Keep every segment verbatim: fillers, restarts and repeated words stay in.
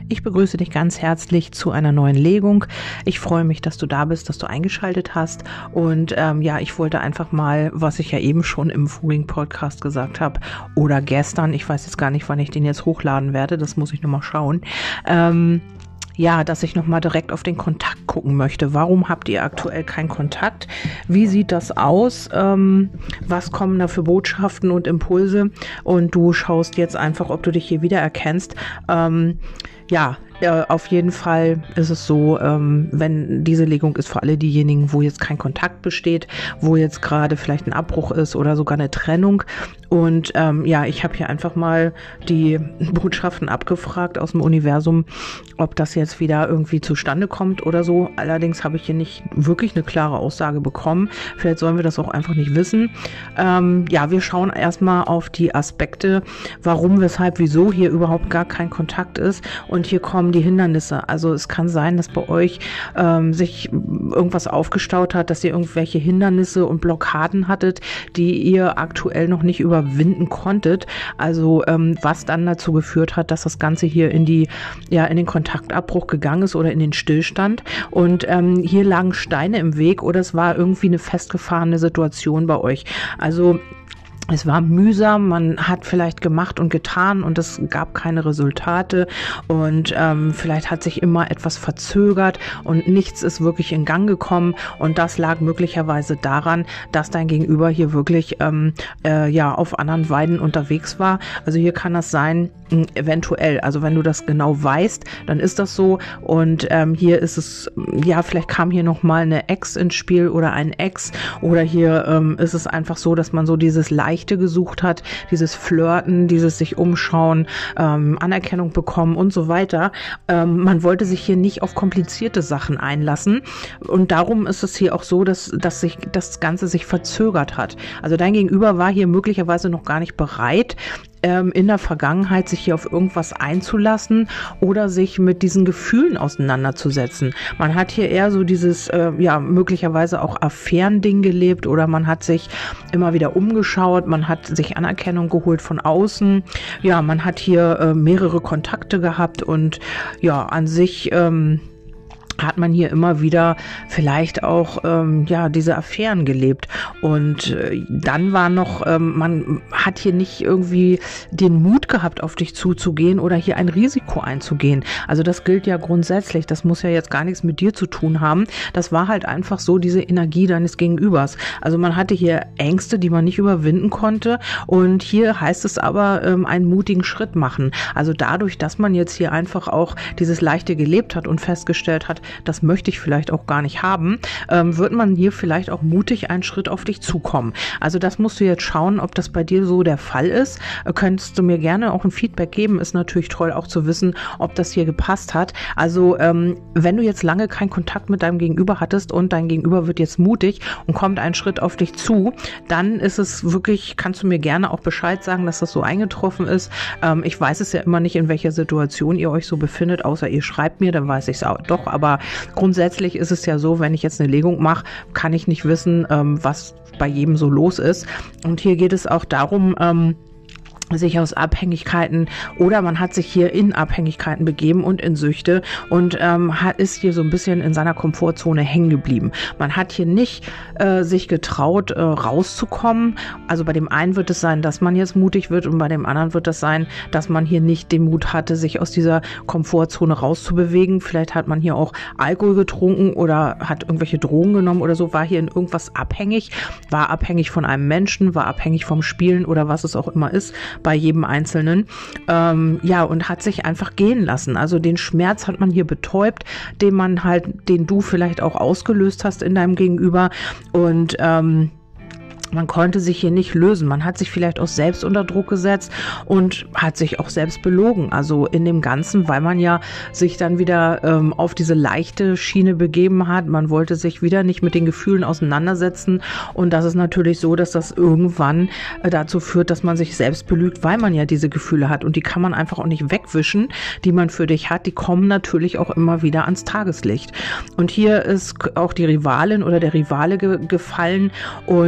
Ich begrüße dich ganz herzlich zu einer neuen Legung. Ich freue mich, dass du da bist, dass du eingeschaltet hast. Und ähm, ja, ich wollte einfach mal, was ich ja eben schon im vorigen Podcast gesagt habe oder gestern, ich weiß jetzt gar nicht, wann ich den jetzt hochladen werde, das muss ich nochmal schauen, ähm, ja, dass ich nochmal direkt auf den Kontakt gucken möchte. Warum habt ihr aktuell keinen Kontakt? Wie sieht das aus? Ähm, was kommen da für Botschaften und Impulse? Und du schaust jetzt einfach, ob du dich hier wiedererkennst. Ähm, ja, äh, auf jeden Fall ist es so, ähm, wenn diese Legung ist für alle diejenigen, wo jetzt kein Kontakt besteht, wo jetzt gerade vielleicht ein Abbruch ist oder sogar eine Trennung. Und ähm, ja, ich habe hier einfach mal die Botschaften abgefragt aus dem Universum, ob das jetzt wieder irgendwie zustande kommt oder so. Allerdings habe ich hier nicht wirklich eine klare Aussage bekommen. Vielleicht sollen wir das auch einfach nicht wissen. Ähm, ja, wir schauen erstmal auf die Aspekte, warum, weshalb, wieso hier überhaupt gar kein Kontakt ist. Und hier kommen die Hindernisse. Also es kann sein, dass bei euch ähm, sich irgendwas aufgestaut hat, dass ihr irgendwelche Hindernisse und Blockaden hattet, die ihr aktuell noch nicht überwinden konntet. Also ähm, was dann dazu geführt hat, dass das Ganze hier in die, ja, in den Kontaktabbruch gegangen ist oder in den Stillstand. Und ähm, hier lagen Steine im Weg oder es war irgendwie eine festgefahrene Situation bei euch. Also es war mühsam, man hat vielleicht gemacht und getan und es gab keine Resultate und ähm, vielleicht hat sich immer etwas verzögert und nichts ist wirklich in Gang gekommen und das lag möglicherweise daran, dass dein Gegenüber hier wirklich ähm, äh, ja auf anderen Weiden unterwegs war. Also hier kann das sein, eventuell, also wenn du das genau weißt, dann ist das so und ähm, hier ist es, ja, vielleicht kam hier nochmal eine Ex ins Spiel oder ein Ex oder hier ähm, ist es einfach so, dass man so dieses Leichte gesucht hat, dieses Flirten, dieses sich umschauen, ähm, Anerkennung bekommen und so weiter. Ähm, man wollte sich hier nicht auf komplizierte Sachen einlassen und darum ist es hier auch so, dass, dass sich das Ganze sich verzögert hat. Also dein Gegenüber war hier möglicherweise noch gar nicht bereit, in der Vergangenheit sich hier auf irgendwas einzulassen oder sich mit diesen Gefühlen auseinanderzusetzen. Man hat hier eher so dieses, äh, ja, möglicherweise auch Affärending gelebt oder man hat sich immer wieder umgeschaut, man hat sich Anerkennung geholt von außen. Ja, man hat hier äh, mehrere Kontakte gehabt und ja, an sich ähm, hat man hier immer wieder vielleicht auch ähm, ja diese Affären gelebt und äh, dann war noch, ähm, man hat hier nicht irgendwie den Mut gehabt, auf dich zuzugehen oder hier ein Risiko einzugehen. Also das gilt ja grundsätzlich, das muss ja jetzt gar nichts mit dir zu tun haben. Das war halt einfach so diese Energie deines Gegenübers. Also man hatte hier Ängste, die man nicht überwinden konnte und hier heißt es aber, ähm, einen mutigen Schritt machen. Also dadurch, dass man jetzt hier einfach auch dieses Leichte gelebt hat und festgestellt hat, das möchte ich vielleicht auch gar nicht haben, ähm, wird man hier vielleicht auch mutig einen Schritt auf dich zukommen. Also das musst du jetzt schauen, ob das bei dir so der Fall ist. Äh, könntest du mir gerne auch ein Feedback geben, ist natürlich toll auch zu wissen, ob das hier gepasst hat. Also ähm, wenn du jetzt lange keinen Kontakt mit deinem Gegenüber hattest und dein Gegenüber wird jetzt mutig und kommt einen Schritt auf dich zu, dann ist es wirklich, kannst du mir gerne auch Bescheid sagen, dass das so eingetroffen ist. Ähm, ich weiß es ja immer nicht, in welcher Situation ihr euch so befindet, außer ihr schreibt mir, dann weiß ich es auch doch, aber grundsätzlich ist es ja so, wenn ich jetzt eine Legung mache, kann ich nicht wissen, ähm, was bei jedem so los ist. Und hier geht es auch darum, ähm, sich aus Abhängigkeiten oder man hat sich hier in Abhängigkeiten begeben und in Süchte und ähm, hat, ist hier so ein bisschen in seiner Komfortzone hängen geblieben. Man hat hier nicht äh, sich getraut, äh, rauszukommen. Also bei dem einen wird es sein, dass man jetzt mutig wird und bei dem anderen wird es sein, dass man hier nicht den Mut hatte, sich aus dieser Komfortzone rauszubewegen. Vielleicht hat man hier auch Alkohol getrunken oder hat irgendwelche Drogen genommen oder so, war hier in irgendwas abhängig, war abhängig von einem Menschen, war abhängig vom Spielen oder was es auch immer ist, bei jedem Einzelnen, ähm, ja, und hat sich einfach gehen lassen. Also den Schmerz hat man hier betäubt, den man halt, den du vielleicht auch ausgelöst hast in deinem Gegenüber und ähm, man konnte sich hier nicht lösen. Man hat sich vielleicht auch selbst unter Druck gesetzt und hat sich auch selbst belogen. Also in dem Ganzen, weil man ja sich dann wieder ähm, auf diese leichte Schiene begeben hat. Man wollte sich wieder nicht mit den Gefühlen auseinandersetzen. Und das ist natürlich so, dass das irgendwann äh, dazu führt, dass man sich selbst belügt, weil man ja diese Gefühle hat. Und die kann man einfach auch nicht wegwischen, die man für dich hat. Die kommen natürlich auch immer wieder ans Tageslicht. Und hier ist auch die Rivalin oder der Rivale ge gefallen und ähm,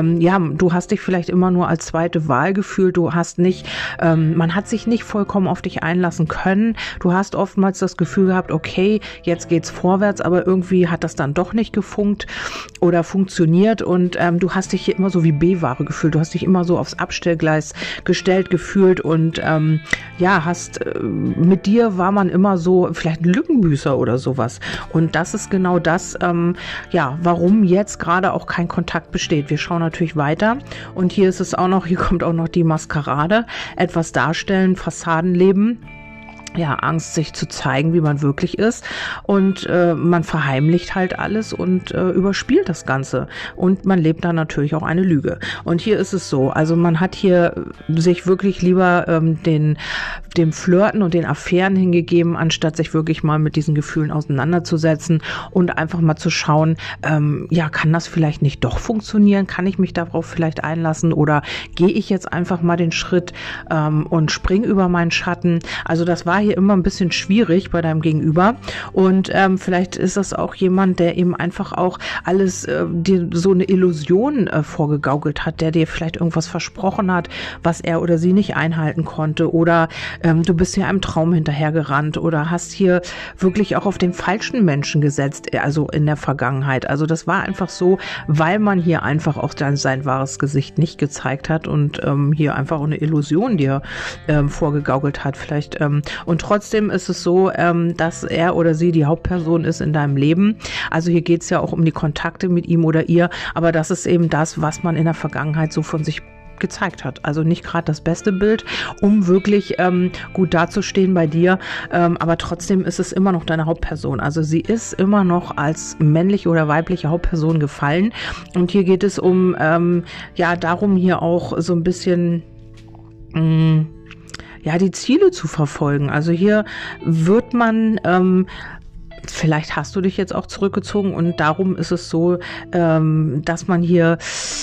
ähm, ja, du hast dich vielleicht immer nur als zweite Wahl gefühlt, du hast nicht, ähm, man hat sich nicht vollkommen auf dich einlassen können, du hast oftmals das Gefühl gehabt, okay, jetzt geht's vorwärts, aber irgendwie hat das dann doch nicht gefunkt oder funktioniert und ähm, du hast dich hier immer so wie B-Ware gefühlt, du hast dich immer so aufs Abstellgleis gestellt gefühlt und ähm, ja, hast, äh, mit dir war man immer so, vielleicht ein Lückenbüßer oder sowas und das ist genau das, ähm, ja, warum jetzt gerade auch kein Kontakt besteht. Wir schauen natürlich weiter und hier ist es auch noch, hier kommt auch noch die Maskerade, etwas darstellen, Fassadenleben. Ja, Angst, sich zu zeigen, wie man wirklich ist und äh, man verheimlicht halt alles und äh, überspielt das Ganze und man lebt dann natürlich auch eine Lüge. Und hier ist es so, also man hat hier sich wirklich lieber ähm, den dem Flirten und den Affären hingegeben, anstatt sich wirklich mal mit diesen Gefühlen auseinanderzusetzen und einfach mal zu schauen, ähm, ja, kann das vielleicht nicht doch funktionieren? Kann ich mich darauf vielleicht einlassen oder gehe ich jetzt einfach mal den Schritt ähm, und spring über meinen Schatten? Also das war hier immer ein bisschen schwierig bei deinem Gegenüber und ähm, vielleicht ist das auch jemand, der eben einfach auch alles äh, dir so eine Illusion äh, vorgegaukelt hat, der dir vielleicht irgendwas versprochen hat, was er oder sie nicht einhalten konnte oder ähm, du bist hier einem Traum hinterhergerannt oder hast hier wirklich auch auf den falschen Menschen gesetzt, also in der Vergangenheit. Also das war einfach so, weil man hier einfach auch sein, sein wahres Gesicht nicht gezeigt hat und ähm, hier einfach eine Illusion dir ähm, vorgegaukelt hat vielleicht. Ähm, und trotzdem ist es so, ähm, dass er oder sie die Hauptperson ist in deinem Leben. Also hier geht es ja auch um die Kontakte mit ihm oder ihr, aber das ist eben das, was man in der Vergangenheit so von sich gezeigt hat. Also nicht gerade das beste Bild, um wirklich ähm, gut dazustehen bei dir, ähm, aber trotzdem ist es immer noch deine Hauptperson. Also sie ist immer noch als männliche oder weibliche Hauptperson gefallen und hier geht es um, ähm, ja, darum hier auch so ein bisschen mh, ja, die Ziele zu verfolgen. Also hier wird man ähm, vielleicht hast du dich jetzt auch zurückgezogen und darum ist es so, ähm, dass man hier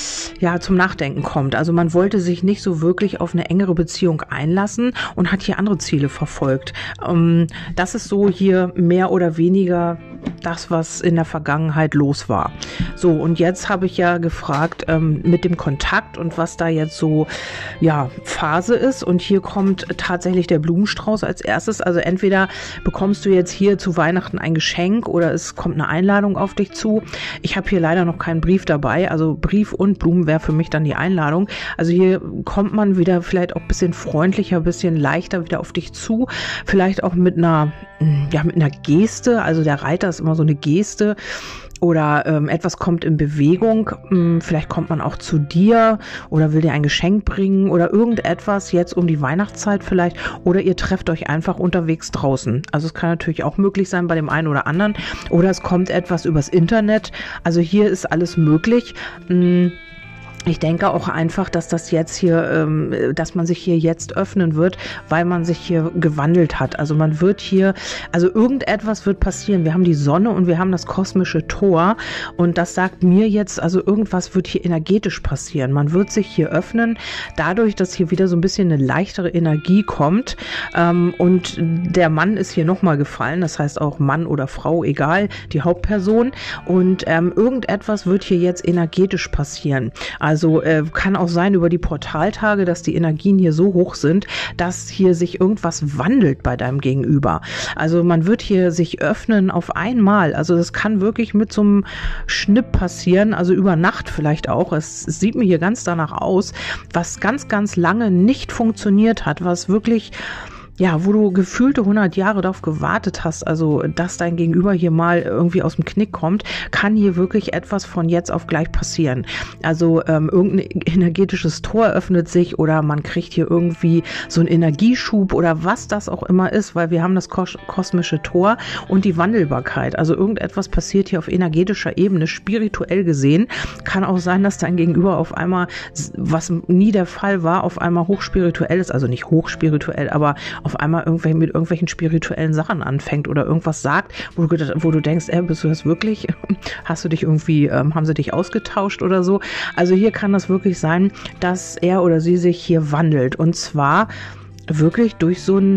ja zum Nachdenken kommt. Also man wollte sich nicht so wirklich auf eine engere Beziehung einlassen und hat hier andere Ziele verfolgt. Ähm, das ist so hier mehr oder weniger das, was in der Vergangenheit los war. So, und jetzt habe ich ja gefragt ähm, mit dem Kontakt und was da jetzt so ja Phase ist und hier kommt tatsächlich der Blumenstrauß als erstes. Also entweder bekommst du jetzt hier zu Weihnachten ein Geschenk oder es kommt eine Einladung auf dich zu. Ich habe hier leider noch keinen Brief dabei, also Brief und Blumen wäre für mich dann die Einladung. Also hier kommt man wieder vielleicht auch ein bisschen freundlicher, ein bisschen leichter wieder auf dich zu, vielleicht auch mit einer, ja, mit einer Geste, also der Reiter ist immer so eine Geste. Oder ähm, etwas kommt in Bewegung, hm, vielleicht kommt man auch zu dir oder will dir ein Geschenk bringen oder irgendetwas jetzt um die Weihnachtszeit vielleicht oder ihr trefft euch einfach unterwegs draußen. Also es kann natürlich auch möglich sein bei dem einen oder anderen oder es kommt etwas übers Internet. Also hier ist alles möglich. Hm. Ich denke auch einfach, dass das jetzt hier, ähm, dass man sich hier jetzt öffnen wird, weil man sich hier gewandelt hat. Also man wird hier, also irgendetwas wird passieren. Wir haben die Sonne und wir haben das kosmische Tor und das sagt mir jetzt, also irgendwas wird hier energetisch passieren. Man wird sich hier öffnen, dadurch, dass hier wieder so ein bisschen eine leichtere Energie kommt ähm, und der Mann ist hier nochmal gefallen, das heißt auch Mann oder Frau, egal, die Hauptperson und ähm, irgendetwas wird hier jetzt energetisch passieren. Also Also äh, kann auch sein über die Portaltage, dass die Energien hier so hoch sind, dass hier sich irgendwas wandelt bei deinem Gegenüber. Also man wird hier sich öffnen auf einmal. Also das kann wirklich mit so einem Schnipp passieren, also über Nacht vielleicht auch. Es sieht mir hier ganz danach aus, was ganz, ganz lange nicht funktioniert hat, was wirklich ja, wo du gefühlte hundert Jahre darauf gewartet hast, also dass dein Gegenüber hier mal irgendwie aus dem Knick kommt, kann hier wirklich etwas von jetzt auf gleich passieren. Also ähm, irgendein energetisches Tor öffnet sich oder man kriegt hier irgendwie so einen Energieschub oder was das auch immer ist, weil wir haben das kos- kosmische Tor und die Wandelbarkeit. Also irgendetwas passiert hier auf energetischer Ebene, spirituell gesehen. Kann auch sein, dass dein Gegenüber auf einmal, was nie der Fall war, auf einmal hochspirituell ist, also nicht hochspirituell, aber auf einmal irgendwelche, mit irgendwelchen spirituellen Sachen anfängt oder irgendwas sagt, wo du, wo du denkst, ey, bist du das wirklich? Hast du dich irgendwie, ähm, haben sie dich ausgetauscht oder so? Also hier kann das wirklich sein, dass er oder sie sich hier wandelt und zwar wirklich durch so ein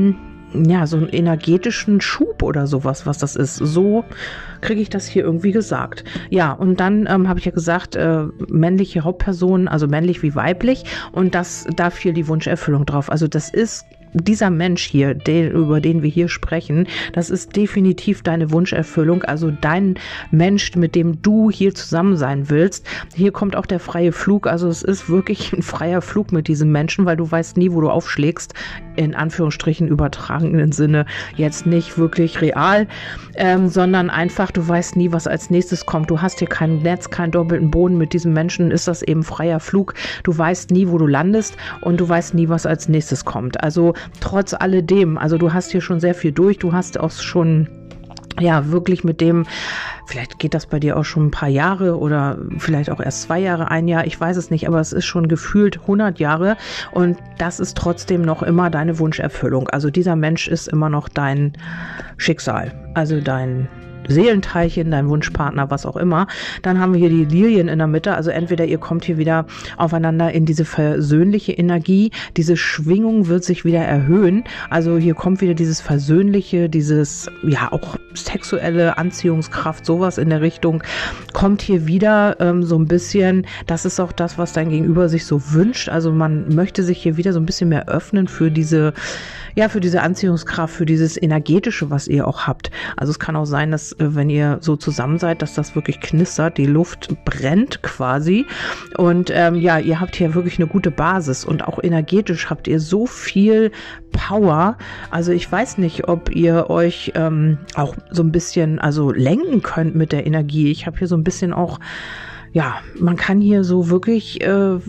ja, so einen energetischen Schub oder sowas, was das ist. So kriege ich das hier irgendwie gesagt. Ja, und dann ähm, habe ich ja gesagt, äh, männliche Hauptpersonen, also männlich wie weiblich, und das, da fiel die Wunscherfüllung drauf. Also das ist dieser Mensch hier, den, über den wir hier sprechen, das ist definitiv deine Wunscherfüllung, also dein Mensch, mit dem du hier zusammen sein willst. Hier kommt auch der freie Flug, also es ist wirklich ein freier Flug mit diesem Menschen, weil du weißt nie, wo du aufschlägst, in Anführungsstrichen übertragenen Sinne, jetzt nicht wirklich real, ähm, sondern einfach, du weißt nie, was als nächstes kommt. Du hast hier kein Netz, keinen doppelten Boden. Mit diesem Menschen ist das eben freier Flug. Du weißt nie, wo du landest, und du weißt nie, was als nächstes kommt. Also trotz alledem, also du hast hier schon sehr viel durch, du hast auch schon, ja, wirklich mit dem, vielleicht geht das bei dir auch schon ein paar Jahre oder vielleicht auch erst zwei Jahre, ein Jahr, ich weiß es nicht, aber es ist schon gefühlt hundert Jahre, und das ist trotzdem noch immer deine Wunscherfüllung. Also dieser Mensch ist immer noch dein Schicksal, also dein Seelenteilchen, dein Wunschpartner, was auch immer. Dann haben wir hier die Lilien in der Mitte, also entweder ihr kommt hier wieder aufeinander in diese versöhnliche Energie, diese Schwingung wird sich wieder erhöhen, also hier kommt wieder dieses Versöhnliche, dieses, ja, auch sexuelle Anziehungskraft, sowas in der Richtung, kommt hier wieder ähm, so ein bisschen, das ist auch das, was dein Gegenüber sich so wünscht, also man möchte sich hier wieder so ein bisschen mehr öffnen für diese, ja, für diese Anziehungskraft, für dieses Energetische, was ihr auch habt. Also es kann auch sein, dass, wenn ihr so zusammen seid, dass das wirklich knistert, die Luft brennt quasi. Und ähm, ja, ihr habt hier wirklich eine gute Basis, und auch energetisch habt ihr so viel Power. Also ich weiß nicht, ob ihr euch ähm, auch so ein bisschen, also lenken könnt mit der Energie. Ich habe hier so ein bisschen auch, ja, man kann hier so wirklich äh,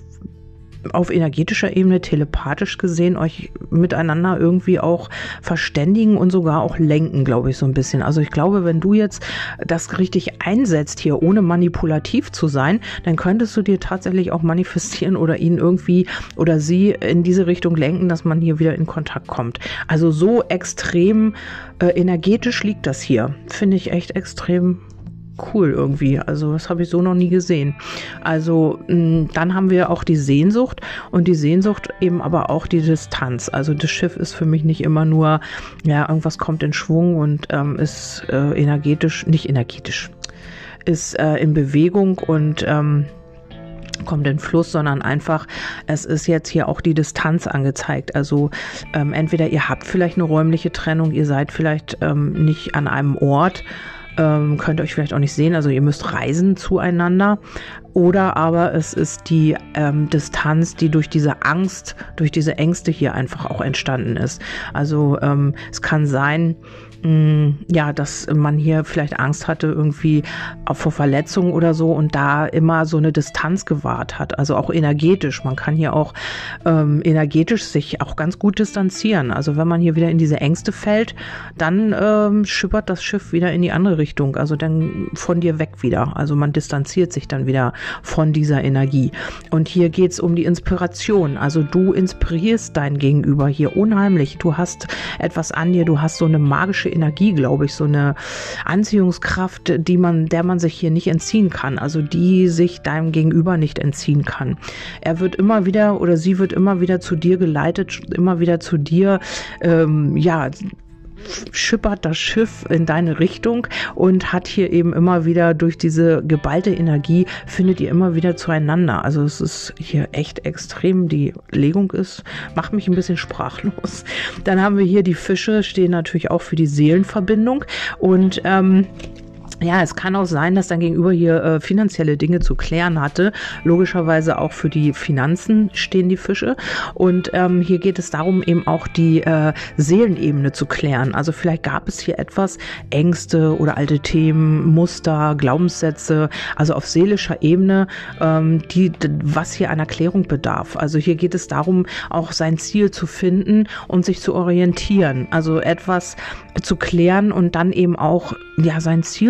auf energetischer Ebene, telepathisch gesehen, euch miteinander irgendwie auch verständigen und sogar auch lenken, glaube ich, so ein bisschen. Also ich glaube, wenn du jetzt das richtig einsetzt hier, ohne manipulativ zu sein, dann könntest du dir tatsächlich auch manifestieren oder ihn irgendwie oder sie in diese Richtung lenken, dass man hier wieder in Kontakt kommt. Also so extrem äh, energetisch liegt das hier. Finde ich echt extrem cool irgendwie, also das habe ich so noch nie gesehen. Also mh, dann haben wir auch die Sehnsucht, und die Sehnsucht eben aber auch die Distanz. Also das Schiff ist für mich nicht immer nur, ja, irgendwas kommt in Schwung und ähm, ist äh, energetisch, nicht energetisch, ist äh, in Bewegung und ähm, kommt in Fluss, sondern einfach, es ist jetzt hier auch die Distanz angezeigt. Also ähm, entweder ihr habt vielleicht eine räumliche Trennung, ihr seid vielleicht ähm, nicht an einem Ort, Ähm, könnt ihr euch vielleicht auch nicht sehen, also ihr müsst reisen zueinander, oder aber es ist die ähm, Distanz, die durch diese Angst, durch diese Ängste hier einfach auch entstanden ist. Also ähm, es kann sein, mh, ja, dass man hier vielleicht Angst hatte irgendwie auch vor Verletzungen oder so, und da immer so eine Distanz gewahrt hat, also auch energetisch. Man kann hier auch ähm, energetisch sich auch ganz gut distanzieren. Also wenn man hier wieder in diese Ängste fällt, dann ähm, schippert das Schiff wieder in die andere Richtung, also dann von dir weg wieder. Also man distanziert sich dann wieder von dieser Energie. Und hier geht es um die Inspiration. Also du inspirierst dein Gegenüber hier unheimlich. Du hast etwas an dir, du hast so eine magische Energie, glaube ich, so eine Anziehungskraft, die man, der man sich hier nicht entziehen kann, also die sich deinem Gegenüber nicht entziehen kann. Er wird immer wieder oder sie wird immer wieder zu dir geleitet, immer wieder zu dir, ähm, ja, schippert das Schiff in deine Richtung und hat hier eben immer wieder durch diese geballte Energie, findet ihr immer wieder zueinander. Also es ist hier echt extrem, die Legung ist, macht mich ein bisschen sprachlos. Dann haben wir hier die Fische, stehen natürlich auch für die Seelenverbindung, und ähm, ja, es kann auch sein, dass dein Gegenüber hier äh, finanzielle Dinge zu klären hatte. Logischerweise auch für die Finanzen stehen die Fische. Und ähm, hier geht es darum, eben auch die äh, Seelenebene zu klären. Also vielleicht gab es hier etwas, Ängste oder alte Themen, Muster, Glaubenssätze, also auf seelischer Ebene, ähm, die, was hier einer Klärung bedarf. Also hier geht es darum, auch sein Ziel zu finden und sich zu orientieren. Also etwas zu klären und dann eben auch, ja, sein Ziel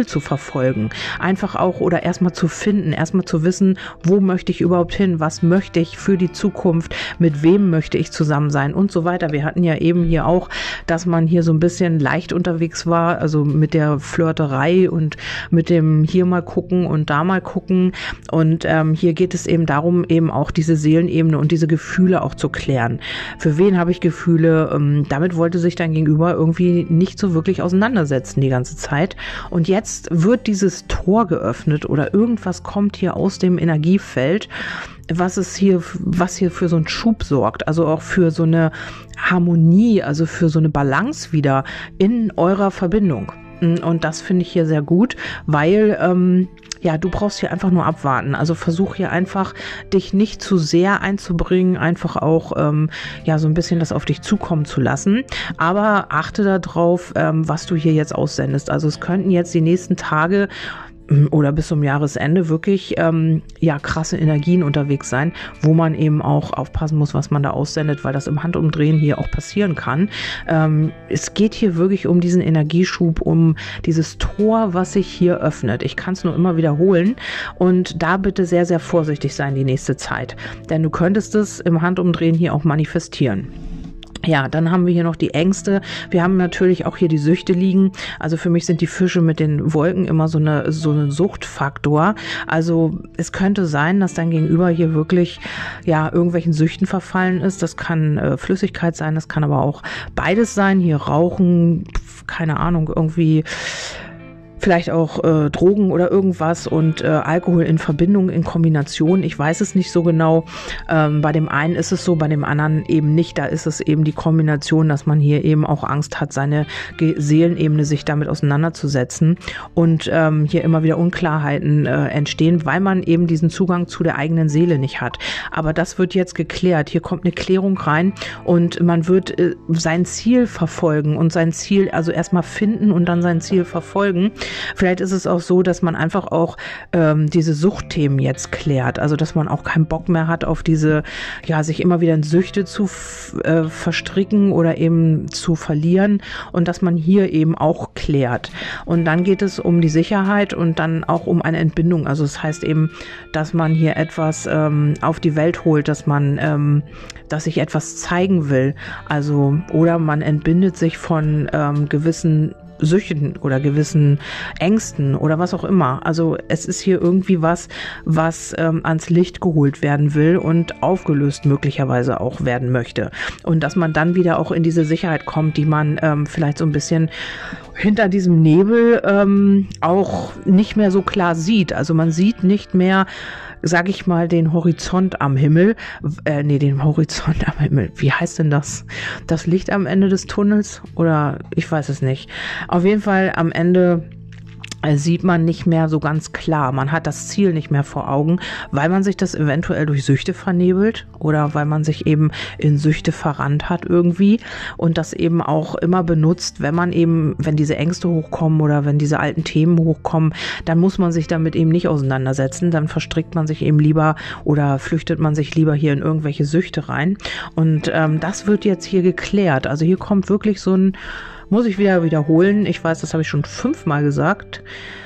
zu verfolgen. Einfach auch oder erstmal zu finden, erstmal zu wissen, wo möchte ich überhaupt hin, was möchte ich für die Zukunft, mit wem möchte ich zusammen sein und so weiter. Wir hatten ja eben hier auch, dass man hier so ein bisschen leicht unterwegs war, also mit der Flirterei und mit dem hier mal gucken und da mal gucken. Und ähm, hier geht es eben darum, eben auch diese Seelenebene und diese Gefühle auch zu klären. Für wen habe ich Gefühle? Ähm, damit wollte sich dein Gegenüber irgendwie nicht so wirklich auseinandersetzen die ganze Zeit. Und jetzt wird dieses Tor geöffnet oder irgendwas kommt hier aus dem Energiefeld, was es hier, was hier für so einen Schub sorgt, also auch für so eine Harmonie, also für so eine Balance wieder in eurer Verbindung. Und das finde ich hier sehr gut, weil ähm, ja, du brauchst hier einfach nur abwarten. Also versuch hier einfach, dich nicht zu sehr einzubringen, einfach auch ähm, ja so ein bisschen das auf dich zukommen zu lassen. Aber achte darauf, ähm, was du hier jetzt aussendest. Also es könnten jetzt die nächsten Tage oder bis zum Jahresende wirklich ähm, ja krasse Energien unterwegs sein, wo man eben auch aufpassen muss, was man da aussendet, weil das im Handumdrehen hier auch passieren kann. Ähm, es geht hier wirklich um diesen Energieschub, um dieses Tor, was sich hier öffnet. Ich kann es nur immer wiederholen und da bitte sehr, sehr vorsichtig sein die nächste Zeit, denn du könntest es im Handumdrehen hier auch manifestieren. Ja, dann haben wir hier noch die Ängste. Wir haben natürlich auch hier die Süchte liegen. Also für mich sind die Fische mit den Wolken immer so eine so ein Suchtfaktor. Also es könnte sein, dass dein Gegenüber hier wirklich ja irgendwelchen Süchten verfallen ist. Das kann äh, Flüssigkeit sein, das kann aber auch beides sein. Hier Rauchen, keine Ahnung, irgendwie vielleicht auch äh, Drogen oder irgendwas und äh, Alkohol in Verbindung, in Kombination. Ich weiß es nicht so genau. Ähm, bei dem einen ist es so, bei dem anderen eben nicht. Da ist es eben die Kombination, dass man hier eben auch Angst hat, seine Ge- Seelenebene sich damit auseinanderzusetzen und ähm, hier immer wieder Unklarheiten äh, entstehen, weil man eben diesen Zugang zu der eigenen Seele nicht hat. Aber das wird jetzt geklärt. Hier kommt eine Klärung rein und man wird äh, sein Ziel verfolgen und sein Ziel, also erstmal finden und dann sein Ziel verfolgen. Vielleicht ist es auch so, dass man einfach auch ähm, diese Suchtthemen jetzt klärt, also dass man auch keinen Bock mehr hat auf diese, ja, sich immer wieder in Süchte zu f- äh, verstricken oder eben zu verlieren und dass man hier eben auch klärt. Und dann geht es um die Sicherheit und dann auch um eine Entbindung. Also das heißt eben, dass man hier etwas ähm, auf die Welt holt, dass man, ähm, dass sich etwas zeigen will. Also oder man entbindet sich von ähm, gewissen Süchten oder gewissen Ängsten oder was auch immer. Also es ist hier irgendwie was, was ähm, ans Licht geholt werden will und aufgelöst möglicherweise auch werden möchte. Und dass man dann wieder auch in diese Sicherheit kommt, die man ähm, vielleicht so ein bisschen hinter diesem Nebel ähm, auch nicht mehr so klar sieht. Also man sieht nicht mehr, sag ich mal, den Horizont am Himmel, äh, nee, den Horizont am Himmel, wie heißt denn das? Das Licht am Ende des Tunnels? Oder ich weiß es nicht. Auf jeden Fall am Ende sieht man nicht mehr so ganz klar. Man hat das Ziel nicht mehr vor Augen, weil man sich das eventuell durch Süchte vernebelt oder weil man sich eben in Süchte verrannt hat irgendwie und das eben auch immer benutzt, wenn man eben, wenn diese Ängste hochkommen oder wenn diese alten Themen hochkommen, dann muss man sich damit eben nicht auseinandersetzen. Dann verstrickt man sich eben lieber oder flüchtet man sich lieber hier in irgendwelche Süchte rein. Und ähm, das wird jetzt hier geklärt. Also hier kommt wirklich so ein, muss ich wieder wiederholen. Ich weiß, das habe ich schon fünfmal gesagt.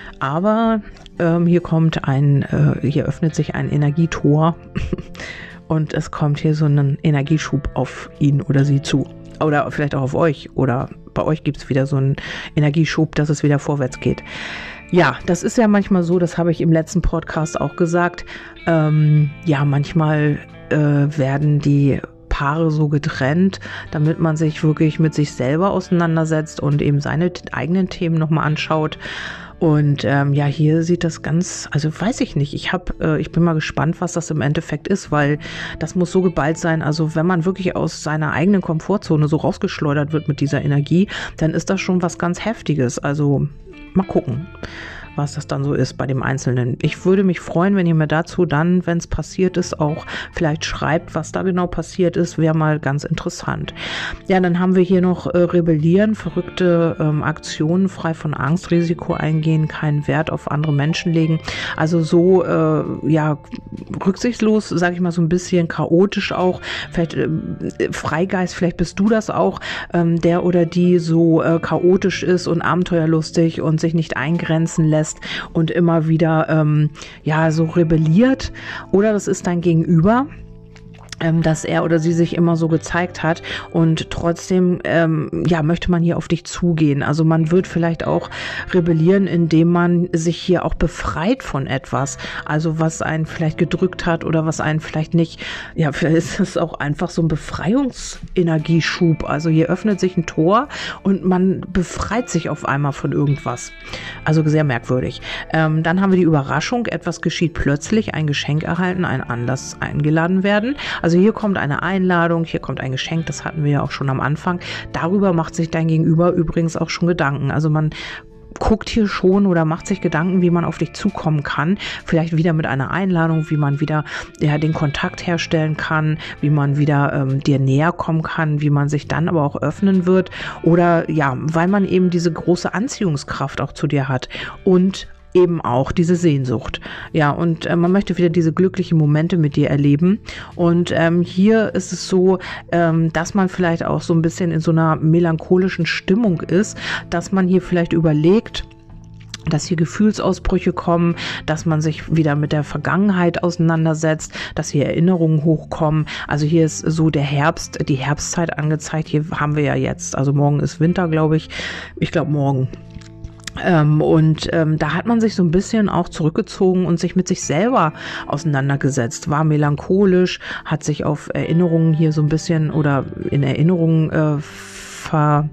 Aber ähm, hier kommt ein, äh, hier öffnet sich ein Energietor und es kommt hier so ein Energieschub auf ihn oder sie zu. Oder vielleicht auch auf euch. Oder bei euch gibt es wieder so einen Energieschub, dass es wieder vorwärts geht. Ja, das ist ja manchmal so, das habe ich im letzten Podcast auch gesagt. Ähm, ja, manchmal äh, werden die Paare so getrennt, damit man sich wirklich mit sich selber auseinandersetzt und eben seine t- eigenen Themen nochmal anschaut. Und ähm, ja, hier sieht das ganz, also weiß ich nicht, ich habe, äh, ich bin mal gespannt, was das im Endeffekt ist, weil das muss so geballt sein, also wenn man wirklich aus seiner eigenen Komfortzone so rausgeschleudert wird mit dieser Energie, dann ist das schon was ganz Heftiges, also mal gucken. was das dann so ist bei dem Einzelnen. Ich würde mich freuen, wenn ihr mir dazu dann, wenn es passiert ist, auch vielleicht schreibt, was da genau passiert ist, wäre mal ganz interessant. Ja, dann haben wir hier noch äh, Rebellieren, verrückte ähm, Aktionen, frei von Angst, Risiko eingehen, keinen Wert auf andere Menschen legen. Also so, äh, ja, rücksichtslos, sage ich mal, so ein bisschen chaotisch auch. Vielleicht äh, Freigeist, vielleicht bist du das auch, ähm, der oder die so äh, chaotisch ist und abenteuerlustig und sich nicht eingrenzen lässt und immer wieder, ähm, ja, so rebelliert. Oder das ist dein Gegenüber, dass er oder sie sich immer so gezeigt hat und trotzdem ähm, ja möchte man hier auf dich zugehen. Also man wird vielleicht auch rebellieren, indem man sich hier auch befreit von etwas, also was einen vielleicht gedrückt hat oder was einen vielleicht nicht, ja, vielleicht ist es auch einfach so ein Befreiungsenergieschub. Also hier öffnet sich ein Tor und man befreit sich auf einmal von irgendwas. Also sehr merkwürdig. Ähm, dann haben wir die Überraschung, etwas geschieht plötzlich, ein Geschenk erhalten, ein Anlass eingeladen werden. Also hier kommt eine Einladung, hier kommt ein Geschenk, das hatten wir ja auch schon am Anfang. Darüber macht sich dein Gegenüber übrigens auch schon Gedanken. Also man guckt hier schon oder macht sich Gedanken, wie man auf dich zukommen kann. Vielleicht wieder mit einer Einladung, wie man wieder ja, den Kontakt herstellen kann, wie man wieder ähm, dir näher kommen kann, wie man sich dann aber auch öffnen wird. Oder ja, weil man eben diese große Anziehungskraft auch zu dir hat und eben auch diese Sehnsucht. Ja, und äh, man möchte wieder diese glücklichen Momente mit dir erleben. Und ähm, hier ist es so, ähm, dass man vielleicht auch so ein bisschen in so einer melancholischen Stimmung ist, dass man hier vielleicht überlegt, dass hier Gefühlsausbrüche kommen, dass man sich wieder mit der Vergangenheit auseinandersetzt, dass hier Erinnerungen hochkommen. Also hier ist so der Herbst, die Herbstzeit angezeigt. Hier haben wir ja jetzt, also morgen ist Winter, glaube ich. Ich glaube morgen. Ähm, und ähm, da hat man sich so ein bisschen auch zurückgezogen und sich mit sich selber auseinandergesetzt, war melancholisch, hat sich auf Erinnerungen hier so ein bisschen oder in Erinnerungen äh, ver...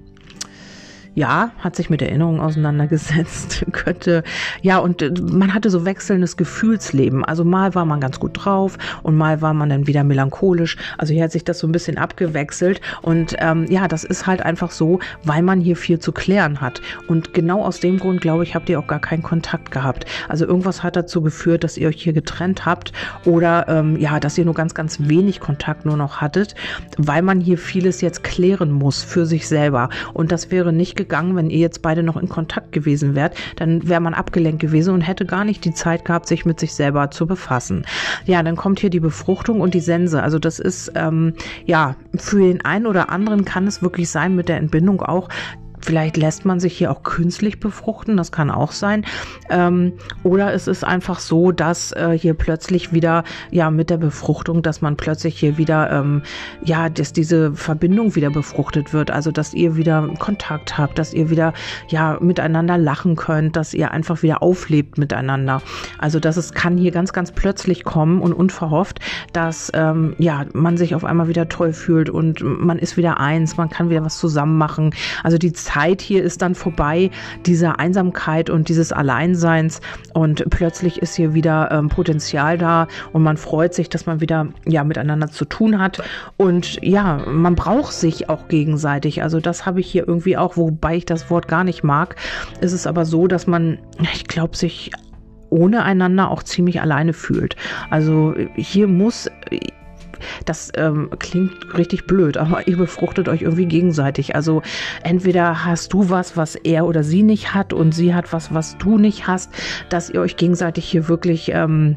Ja, hat sich mit Erinnerungen auseinandergesetzt, könnte, ja, und man hatte so wechselndes Gefühlsleben. Also mal war man ganz gut drauf und mal war man dann wieder melancholisch. Also hier hat sich das so ein bisschen abgewechselt und ähm, ja, das ist halt einfach so, weil man hier viel zu klären hat. Und genau aus dem Grund, glaube ich, habt ihr auch gar keinen Kontakt gehabt. Also irgendwas hat dazu geführt, dass ihr euch hier getrennt habt oder ähm, ja, dass ihr nur ganz, ganz wenig Kontakt nur noch hattet, weil man hier vieles jetzt klären muss für sich selber. Und das wäre nicht gegangen, wenn ihr jetzt beide noch in Kontakt gewesen wärt, dann wäre man abgelenkt gewesen und hätte gar nicht die Zeit gehabt, sich mit sich selber zu befassen. Ja, dann kommt hier die Befruchtung und die Sense. Also das ist, ähm, ja, für den einen oder anderen kann es wirklich sein mit der Entbindung auch. Vielleicht lässt man sich hier auch künstlich befruchten, das kann auch sein. Ähm, oder es ist einfach so, dass äh, hier plötzlich wieder, ja, mit der Befruchtung, dass man plötzlich hier wieder, ähm, ja, dass diese Verbindung wieder befruchtet wird. Also, dass ihr wieder Kontakt habt, dass ihr wieder, ja, miteinander lachen könnt, dass ihr einfach wieder auflebt miteinander. Also, dass es kann hier ganz, ganz plötzlich kommen und unverhofft, dass, ähm, ja, man sich auf einmal wieder toll fühlt und man ist wieder eins, man kann wieder was zusammen machen. Also, die Zeit hier ist dann vorbei, diese Einsamkeit und dieses Alleinseins und plötzlich ist hier wieder ähm, Potenzial da und man freut sich, dass man wieder ja miteinander zu tun hat und ja, man braucht sich auch gegenseitig. Also das habe ich hier irgendwie auch, wobei ich das Wort gar nicht mag, ist es aber so, dass man, ich glaube, sich ohne einander auch ziemlich alleine fühlt. Also hier muss... Das ähm, klingt richtig blöd, aber ihr befruchtet euch irgendwie gegenseitig. Also entweder hast du was, was er oder sie nicht hat und sie hat was, was du nicht hast, dass ihr euch gegenseitig hier wirklich... Ähm,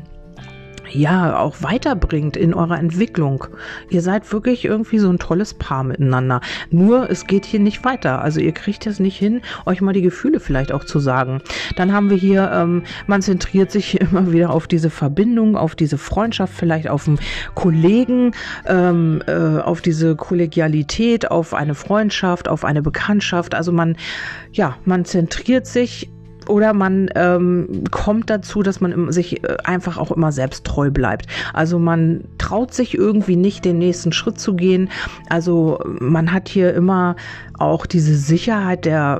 ja, auch weiterbringt in eurer Entwicklung. Ihr seid wirklich irgendwie so ein tolles Paar miteinander. Nur, es geht hier nicht weiter. Also ihr kriegt es nicht hin, euch mal die Gefühle vielleicht auch zu sagen. Dann haben wir hier, ähm, man zentriert sich immer wieder auf diese Verbindung, auf diese Freundschaft, vielleicht auf einen Kollegen, ähm, äh, auf diese Kollegialität, auf eine Freundschaft, auf eine Bekanntschaft. Also man, ja, man zentriert sich oder man ähm, kommt dazu, dass man im, sich äh, einfach auch immer selbst treu bleibt. Also man traut sich irgendwie nicht, den nächsten Schritt zu gehen. Also man hat hier immer auch diese Sicherheit der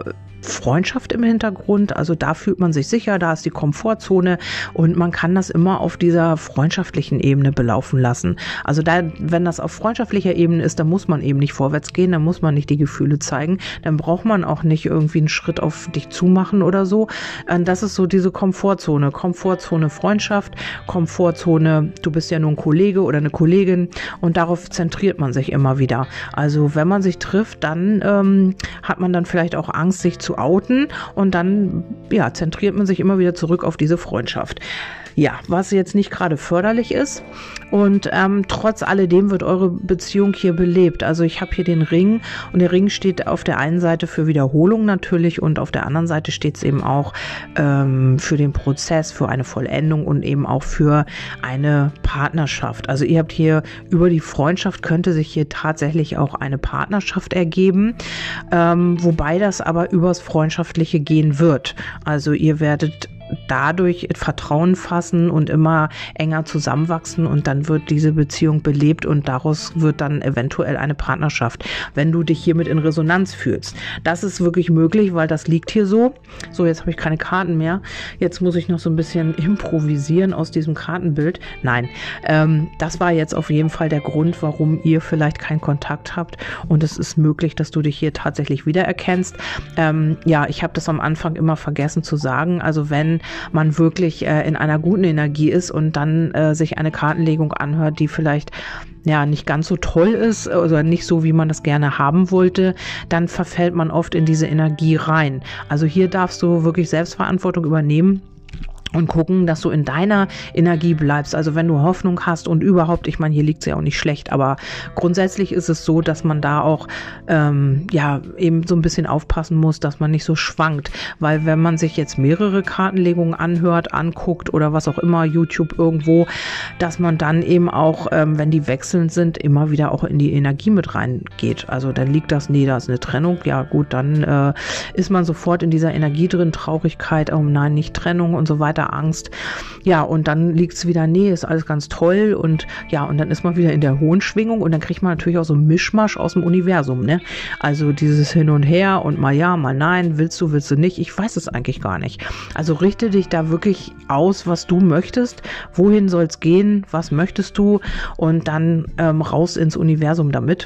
Freundschaft im Hintergrund, also da fühlt man sich sicher, da ist die Komfortzone und man kann das immer auf dieser freundschaftlichen Ebene belaufen lassen. Also da, wenn das auf freundschaftlicher Ebene ist, dann muss man eben nicht vorwärts gehen, dann muss man nicht die Gefühle zeigen, dann braucht man auch nicht irgendwie einen Schritt auf dich zumachen oder so. Das ist so diese Komfortzone, Komfortzone Freundschaft, Komfortzone, du bist ja nur ein Kollege oder eine Kollegin und darauf zentriert man sich immer wieder. Also wenn man sich trifft, dann ähm, hat man dann vielleicht auch Angst, sich zu outen und dann ja, zentriert man sich immer wieder zurück auf diese Freundschaft. Ja, was jetzt nicht gerade förderlich ist und ähm, trotz alledem wird eure Beziehung hier belebt. Also ich habe hier den Ring und der Ring steht auf der einen Seite für Wiederholung natürlich und auf der anderen Seite steht es eben auch ähm, für den Prozess, für eine Vollendung und eben auch für eine Partnerschaft. Also ihr habt hier über die Freundschaft könnte sich hier tatsächlich auch eine Partnerschaft ergeben, ähm, wobei das aber übers Freundschaftliche gehen wird. Also ihr werdet dadurch Vertrauen fassen und immer enger zusammenwachsen und dann wird diese Beziehung belebt und daraus wird dann eventuell eine Partnerschaft, wenn du dich hiermit in Resonanz fühlst. Das ist wirklich möglich, weil das liegt hier so. So, jetzt habe ich keine Karten mehr. Jetzt muss ich noch so ein bisschen improvisieren aus diesem Kartenbild. Nein, ähm, das war jetzt auf jeden Fall der Grund, warum ihr vielleicht keinen Kontakt habt und es ist möglich, dass du dich hier tatsächlich wiedererkennst. Ähm, ja, ich habe das am Anfang immer vergessen zu sagen. Also wenn man wirklich äh, in einer guten Energie ist und dann äh, sich eine Kartenlegung anhört, die vielleicht ja nicht ganz so toll ist oder nicht so, wie man das gerne haben wollte, dann verfällt man oft in diese Energie rein. Also hier darfst du wirklich Selbstverantwortung übernehmen und gucken, dass du in deiner Energie bleibst. Also wenn du Hoffnung hast und überhaupt, ich meine, hier liegt es ja auch nicht schlecht, aber grundsätzlich ist es so, dass man da auch ähm, ja eben so ein bisschen aufpassen muss, dass man nicht so schwankt. Weil wenn man sich jetzt mehrere Kartenlegungen anhört, anguckt oder was auch immer, YouTube irgendwo, dass man dann eben auch, ähm, wenn die wechselnd sind, immer wieder auch in die Energie mit reingeht. Also dann liegt das, nee, da ist eine Trennung, ja gut, dann äh, ist man sofort in dieser Energie drin, Traurigkeit, oh nein, nicht Trennung und so weiter, Angst. Ja, und dann liegt es wieder, nee, ist alles ganz toll und ja, und dann ist man wieder in der hohen Schwingung und dann kriegt man natürlich auch so ein Mischmasch aus dem Universum, ne? Also dieses Hin und Her und mal ja, mal nein, willst du, willst du nicht, ich weiß es eigentlich gar nicht. Also richte dich da wirklich aus, was du möchtest, wohin soll es gehen, was möchtest du und dann ähm, raus ins Universum damit,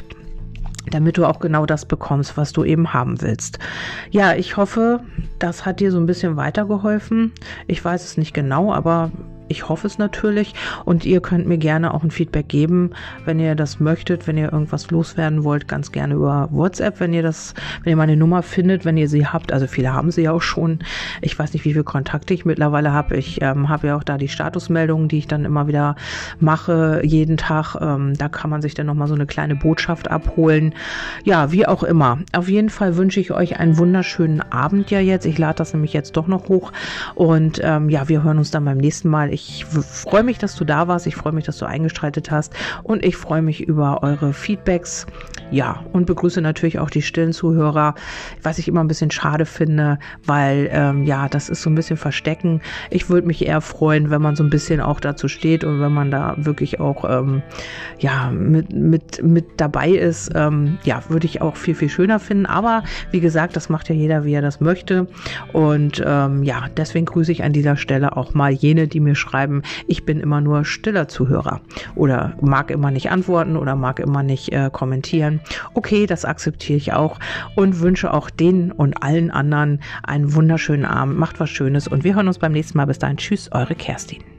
damit du auch genau das bekommst, was du eben haben willst. Ja, ich hoffe, das hat dir so ein bisschen weitergeholfen. Ich weiß es nicht genau, aber ich hoffe es natürlich und ihr könnt mir gerne auch ein Feedback geben, wenn ihr das möchtet, wenn ihr irgendwas loswerden wollt, ganz gerne über WhatsApp, wenn ihr das, wenn ihr meine Nummer findet, wenn ihr sie habt, also viele haben sie ja auch schon. Ich weiß nicht, wie viele Kontakte ich mittlerweile habe. Ich ähm, habe ja auch da die Statusmeldungen, die ich dann immer wieder mache, jeden Tag. Ähm, da kann man sich dann nochmal so eine kleine Botschaft abholen. Ja, wie auch immer. Auf jeden Fall wünsche ich euch einen wunderschönen Abend ja jetzt. Ich lade das nämlich jetzt doch noch hoch und ähm, ja, wir hören uns dann beim nächsten Mal. Ich freue mich, dass du da warst. Ich freue mich, dass du eingeschaltet hast und ich freue mich über eure Feedbacks. Ja, und begrüße natürlich auch die stillen Zuhörer, was ich immer ein bisschen schade finde, weil ähm, ja, das ist so ein bisschen Verstecken. Ich würde mich eher freuen, wenn man so ein bisschen auch dazu steht und wenn man da wirklich auch ähm, ja mit, mit, mit dabei ist. Ähm, ja, würde ich auch viel, viel schöner finden. Aber wie gesagt, das macht ja jeder, wie er das möchte. Und ähm, ja, deswegen grüße ich an dieser Stelle auch mal jene, die mir schreiben, ich bin immer nur stiller Zuhörer oder mag immer nicht antworten oder mag immer nicht äh, kommentieren. Okay, das akzeptiere ich auch und wünsche auch denen und allen anderen einen wunderschönen Abend. Macht was Schönes und wir hören uns beim nächsten Mal. Bis dahin. Tschüss, eure Kerstin.